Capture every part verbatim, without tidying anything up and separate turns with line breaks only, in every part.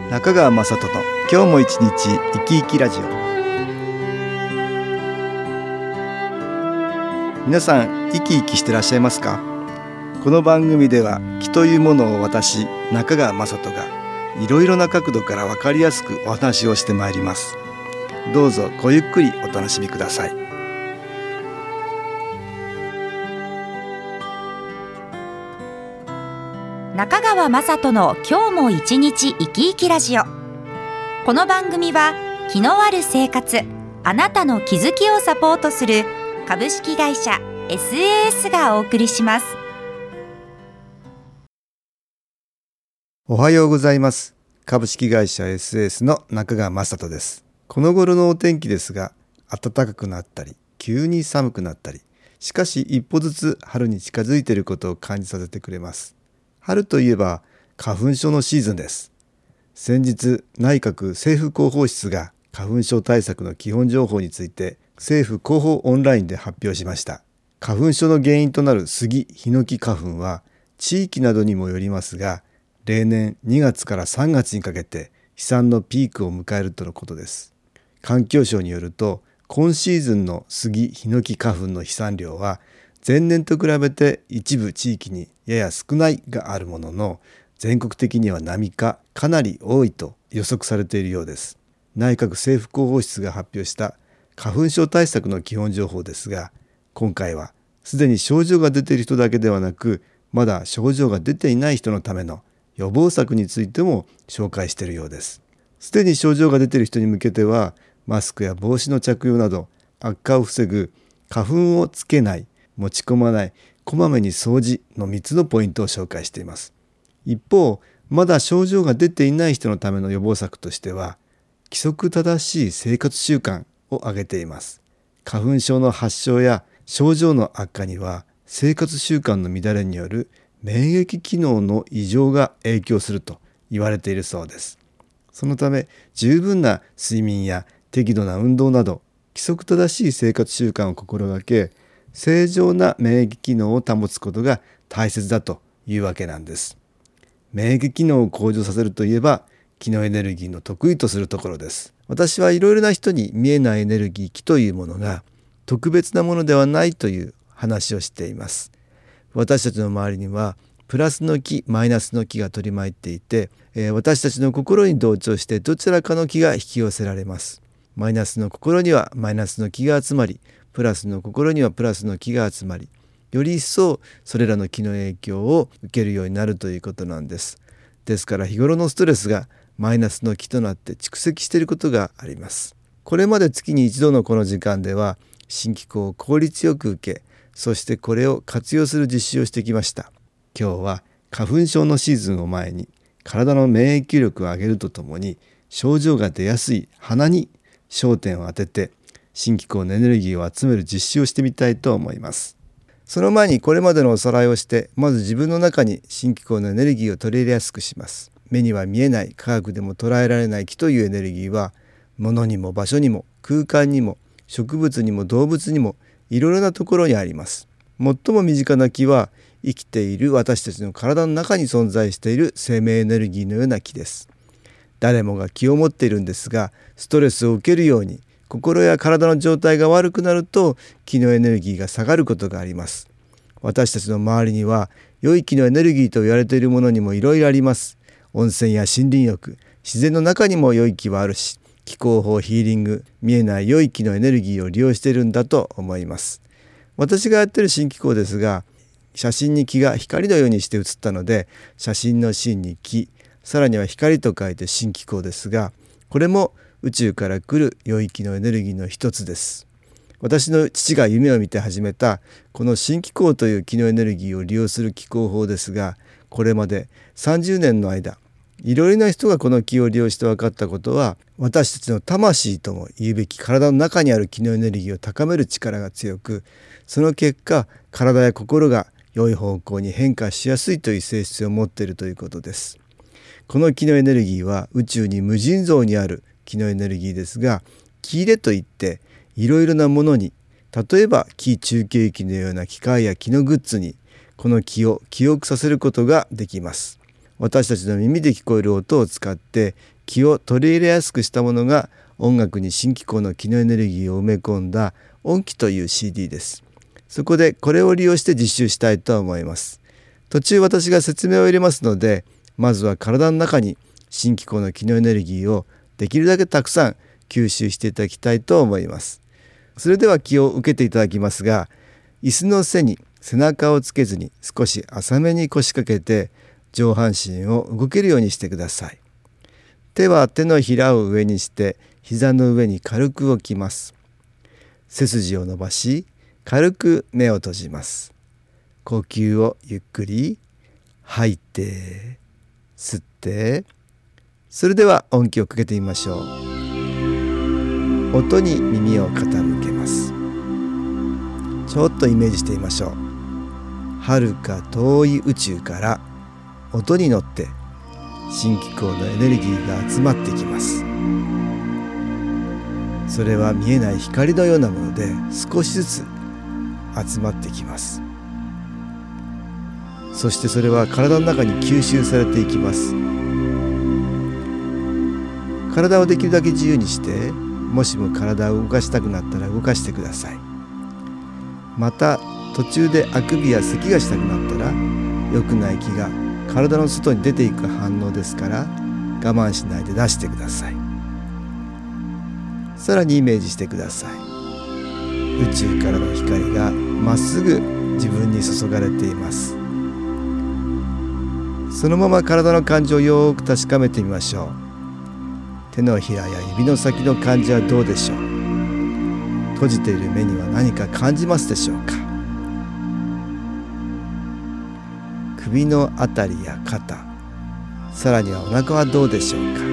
中川雅人の今日も一日生き生きラジオ。皆さん生き生きしてらっしゃいますか？この番組では気というものを私中川雅人がいろいろな角度から分かりやすくお話をしてまいります。どうぞごゆっくりお楽しみください。
中川雅人の今日も一日生き生きラジオ。この番組は気のある生活、あなたの気づきをサポートする株式会社 エスエーエス がお送りします。
おはようございます。株式会社 エスエーエス の中川雅人です。この頃のお天気ですが、暖かくなったり急に寒くなったり、しかし一歩ずつ春に近づいていることを感じさせてくれます。春といえば花粉症のシーズンです。先日内閣政府広報室が花粉症対策の基本情報について政府広報オンラインで発表しました。花粉症の原因となるスギ・ヒノキ花粉は地域などにもよりますが、例年にがつからさんがつにかけて飛散のピークを迎えるとのことです。環境省によると、今シーズンのスギ・ヒノキ花粉の飛散量は前年と比べて一部地域にやや少ないがあるものの、全国的には並かかなり多いと予測されているようです。内閣政府広報室が発表した花粉症対策の基本情報ですが、今回はすでに症状が出ている人だけではなく、まだ症状が出ていない人のための予防策についても紹介しているようです。すでに症状が出ている人に向けては、マスクや帽子の着用など悪化を防ぐ花粉をつけない、持ち込まない、こまめに掃除のみっつのポイントを紹介しています。一方、まだ症状が出ていない人のための予防策としては、規則正しい生活習慣を挙げています。花粉症の発症や症状の悪化には、生活習慣の乱れによる免疫機能の異常が影響すると言われているそうです。そのため、十分な睡眠や適度な運動など、規則正しい生活習慣を心がけ、正常な免疫機能を保つことが大切だというわけなんです。免疫機能を向上させるといえば、気のエネルギーの得意とするところです。私はいろいろな人に見えないエネルギー、気というものが特別なものではないという話をしています。私たちの周りにはプラスの気、マイナスの気が取り巻いていて、えー、私たちの心に同調してどちらかの気が引き寄せられます。マイナスの心にはマイナスの気が集まり、プラスの心にはプラスの気が集まり、より一層それらの気の影響を受けるようになるということなんです。ですから日頃のストレスがマイナスの気となって蓄積していることがあります。これまで月に一度のこの時間では新機構を効率よく受け、そしてこれを活用する実施をしてきました。今日は花粉症のシーズンを前に体の免疫力を上げるとともに、症状が出やすい鼻に焦点を当てて新機構のエネルギーを集める実施をしてみたいと思います。その前にこれまでのおさらいをして、まず自分の中に新機構のエネルギーを取り入れやすくします。目には見えない、科学でも捉えられない気というエネルギーは、物にも場所にも空間にも植物にも動物にもいろいろなところにあります。最も身近な気は、生きている私たちの体の中に存在している生命エネルギーのような気です。誰もが気を持っているんですが、ストレスを受けるように心や体の状態が悪くなると気のエネルギーが下がることがあります。私たちの周りには良い気のエネルギーと言われているものにもいろいろあります。温泉や森林浴、自然の中にも良い気はあるし、気候法、ヒーリング、見えない良い気のエネルギーを利用しているんだと思います。私がやっている新気候ですが、写真に気が光のようにして写ったので、写真の真に気、さらには光と書いて新気候ですが、これも宇宙から来る良い気のエネルギーの一つです。私の父が夢を見て始めたこの新気候という気のエネルギーを利用する気候法ですが、これまでさんじゅうねんの間、いろいろな人がこの気を利用して分かったことは、私たちの魂とも言うべき体の中にある気のエネルギーを高める力が強く、その結果体や心が良い方向に変化しやすいという性質を持っているということです。この気のエネルギーは宇宙に無尽蔵にある気のエネルギーですが、気入れといっていろいろなものに、例えば気中継機のような機械や気のグッズにこの気を記憶させることができます。私たちの耳で聞こえる音を使って気を取り入れやすくしたものが音楽に新機構の気のエネルギーを埋め込んだ音気という シーディー です。そこでこれを利用して実習したいと思います。途中私が説明を入れますので、まずは体の中に新機構の気のエネルギーをできるだけたくさん吸収していただきたいと思います。それでは気を受けていただきますが、椅子の背に背中をつけずに少し浅めに腰掛けて上半身を動けるようにしてください。手は手のひらを上にして膝の上に軽く置きます。背筋を伸ばし軽く目を閉じます。呼吸をゆっくり吐いて吸って、それでは音気をかけてみましょう。音に耳を傾けます。ちょっとイメージしてみましょう。遥か遠い宇宙から音に乗って新機構のエネルギーが集まってきます。それは見えない光のようなもので少しずつ集まってきます。そしてそれは体の中に吸収されていきます。体をできるだけ自由にして、もしも体を動かしたくなったら動かしてください。また途中であくびや咳がしたくなったら、良くない気が体の外に出ていく反応ですから、我慢しないで出してください。さらにイメージしてください。宇宙からの光がまっすぐ自分に注がれています。そのまま体の感じをよく確かめてみましょう。手のひらや指の先の感じはどうでしょう。閉じている目には何か感じますでしょうか。首のあたりや肩、さらにはお腹はどうでしょうか。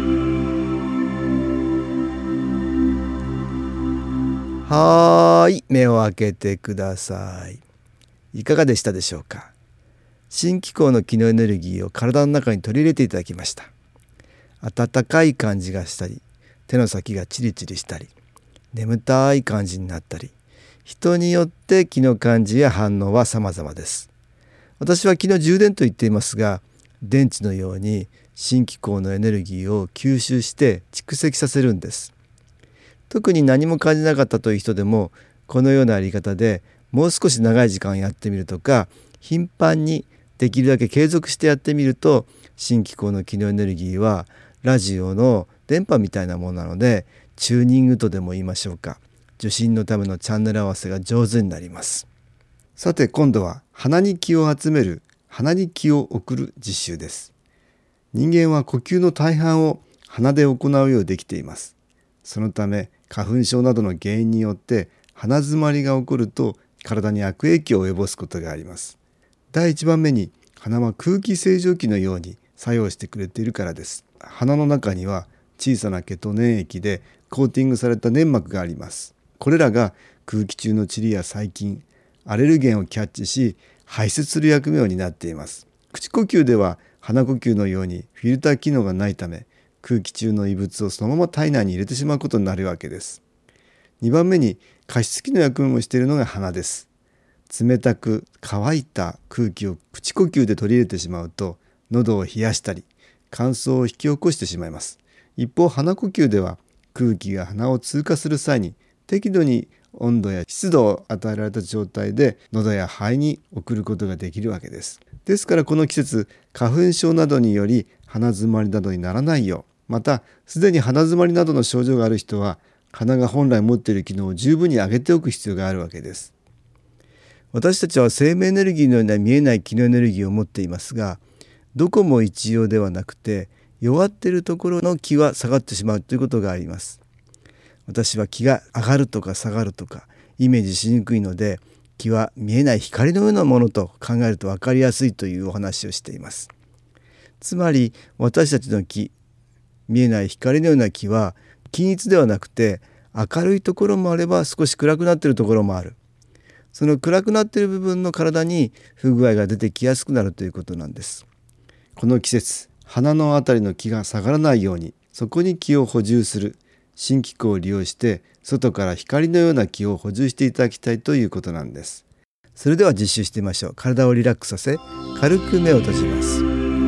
はーい、目を開けてください。いかがでしたでしょうか。新機構の気のエネルギーを体の中に取り入れていただきました。温かい感じがしたり、手の先がチリチリしたり、眠たい感じになったり、人によって気の感じや反応は様々です。私は気の充電と言っていますが、電池のように新機構のエネルギーを吸収して蓄積させるんです。特に何も感じなかったという人でも、このようなやり方でもう少し長い時間やってみるとか、頻繁にできるだけ継続してやってみると、新機構の気のエネルギーはラジオの電波みたいなものなので、チューニングとでも言いましょうか、受信のためのチャンネル合わせが上手になります。さて今度は鼻に気を集める、鼻に気を送る実習です。人間は呼吸の大半を鼻で行うようできています。そのため花粉症などの原因によって鼻づまりが起こると体に悪影響を及ぼすことがあります。第一番目に、鼻は空気清浄機のように作用してくれているからです。鼻の中には小さな毛と粘液でコーティングされた粘膜があります。これらが空気中の塵や細菌、アレルゲンをキャッチし排出する役目を担っています。口呼吸では鼻呼吸のようにフィルター機能がないため、空気中の異物をそのまま体内に入れてしまうことになるわけです。にばんめに、加湿器の役目をしているのが鼻です。冷たく乾いた空気を口呼吸で取り入れてしまうと、喉を冷やしたり乾燥を引き起こしてしまいます。一方、鼻呼吸では空気が鼻を通過する際に適度に温度や湿度を与えられた状態で喉や肺に送ることができるわけです。ですからこの季節、花粉症などにより鼻づまりなどにならないよう、またすでに鼻づまりなどの症状がある人は、鼻が本来持っている機能を十分に上げておく必要があるわけです。私たちは生命エネルギーのような見えない気のエネルギーを持っていますが、どこも一様ではなくて、弱っているところの気は下がってしまうということがあります。私は気が上がるとか下がるとかイメージしにくいので、気は見えない光のようなものと考えると分かりやすいというお話をしています。つまり私たちの気、見えない光のような気は均一ではなくて、明るいところもあれば少し暗くなっているところもある。その暗くなっている部分の体に不具合が出てきやすくなるということなんです。この季節、鼻のあたりの気が下がらないように、そこに気を補充する新機構を利用して、外から光のような気を補充していただきたいということなんです。それでは実習してみましょう。体をリラックスさせ、軽く目を閉じます。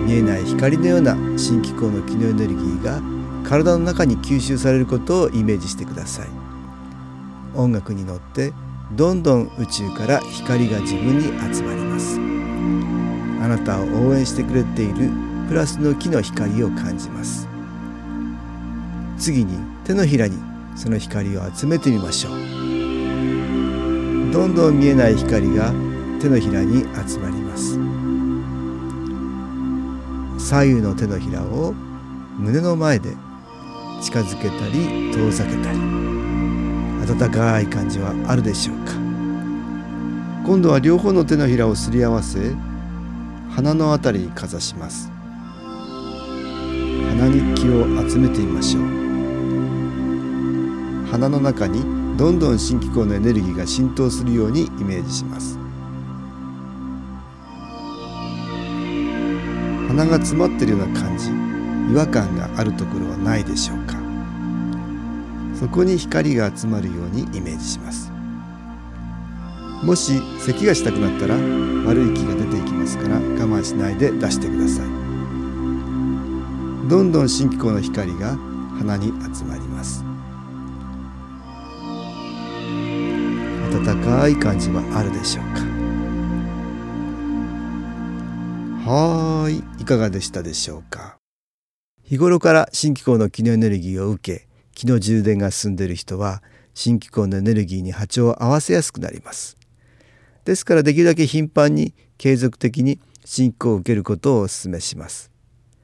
見えない光のような新機構の気のエネルギーが体の中に吸収されることをイメージしてください。音楽に乗ってどんどん宇宙から光が自分に集まります。あなたを応援してくれているプラスの木の光を感じます。次に手のひらにその光を集めてみましょう。どんどん見えない光が手のひらに集まります。左右の手のひらを胸の前で近づけたり遠ざけたり、温かい感じはあるでしょうか。今度は両方の手のひらをすり合わせ、鼻のあたりにかざします。鼻に気を集めてみましょう。鼻の中にどんどん新機構のエネルギーが浸透するようにイメージします。鼻が詰まっているような感じ、違和感があるところはないでしょうか。そこに光が集まるようにイメージします。もし咳がしたくなったら悪い気が出ていきますから、我慢しないで出してください。どんどん新機構の光が鼻に集まります。温かい感じはあるでしょうか。はーい、いかがでしたでしょうか。日頃から新機構の気のエネルギーを受け、気の充電が進んでいる人は新機構のエネルギーに波長を合わせやすくなります。ですからできるだけ頻繁に継続的に新機構を受けることをお勧めします。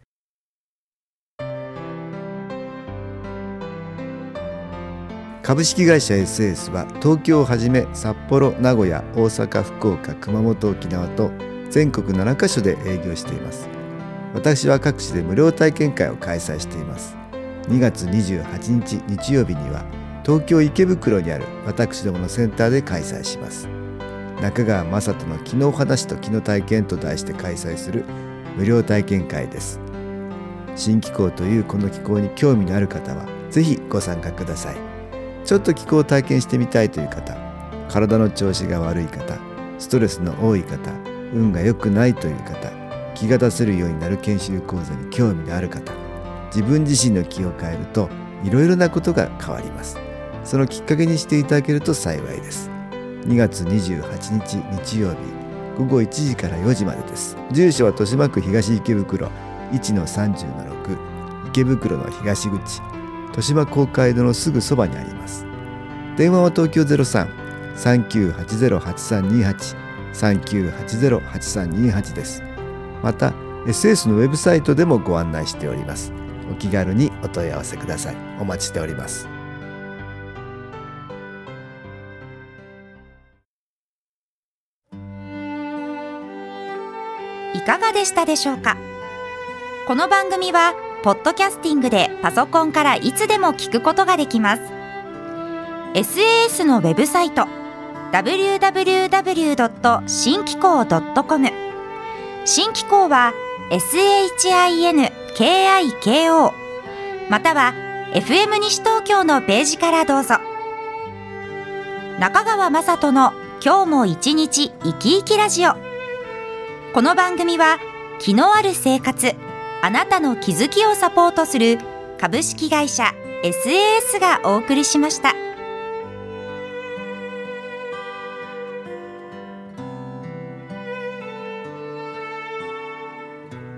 株式会社 エスエーエス は東京をはじめ札幌、名古屋、大阪、福岡、熊本、沖縄と全国ななカ所で営業しています。私は各地で無料体験会を開催しています。にがつにじゅうはちにち日曜日には東京池袋にある私どものセンターで開催します。中川雅人の気のお話と気の体験と題して開催する無料体験会です。新気候というこの気候に興味のある方はぜひご参加ください。ちょっと気候を体験してみたいという方、体の調子が悪い方、ストレスの多い方、運が良くないという方、気が出せるようになる研修講座に興味のある方、自分自身の気を変えるといろいろなことが変わります。そのきっかけにしていただけると幸いです。にがつにじゅうはちにち日曜日ごごいちじからよじまでです。住所は豊島区東池袋 いちのさんじゅうのろく、池袋の東口、豊島公会堂のすぐそばにあります。電話は東京 ゼロさん さんきゅうはちゼロ はちさんにはち さんきゅうはちゼロ はちさんにはちです。また エスエス のウェブサイトでもご案内しております。お気軽にお問い合わせください。お待ちしております。
いかがでしたでしょうか。この番組はポッドキャスティングでパソコンからいつでも聞くことができます。 エスエーエス のウェブサイト ダブリューダブリューダブリュードットシンキコードットコム、 新気候は エスエイチアイエヌケーアイケーオー または エフエム 西東京のページからどうぞ。中川雅人の今日も一日生き生きラジオ。この番組は気のある生活、あなたの気づきをサポートする株式会社 エスエーエス がお送りしました。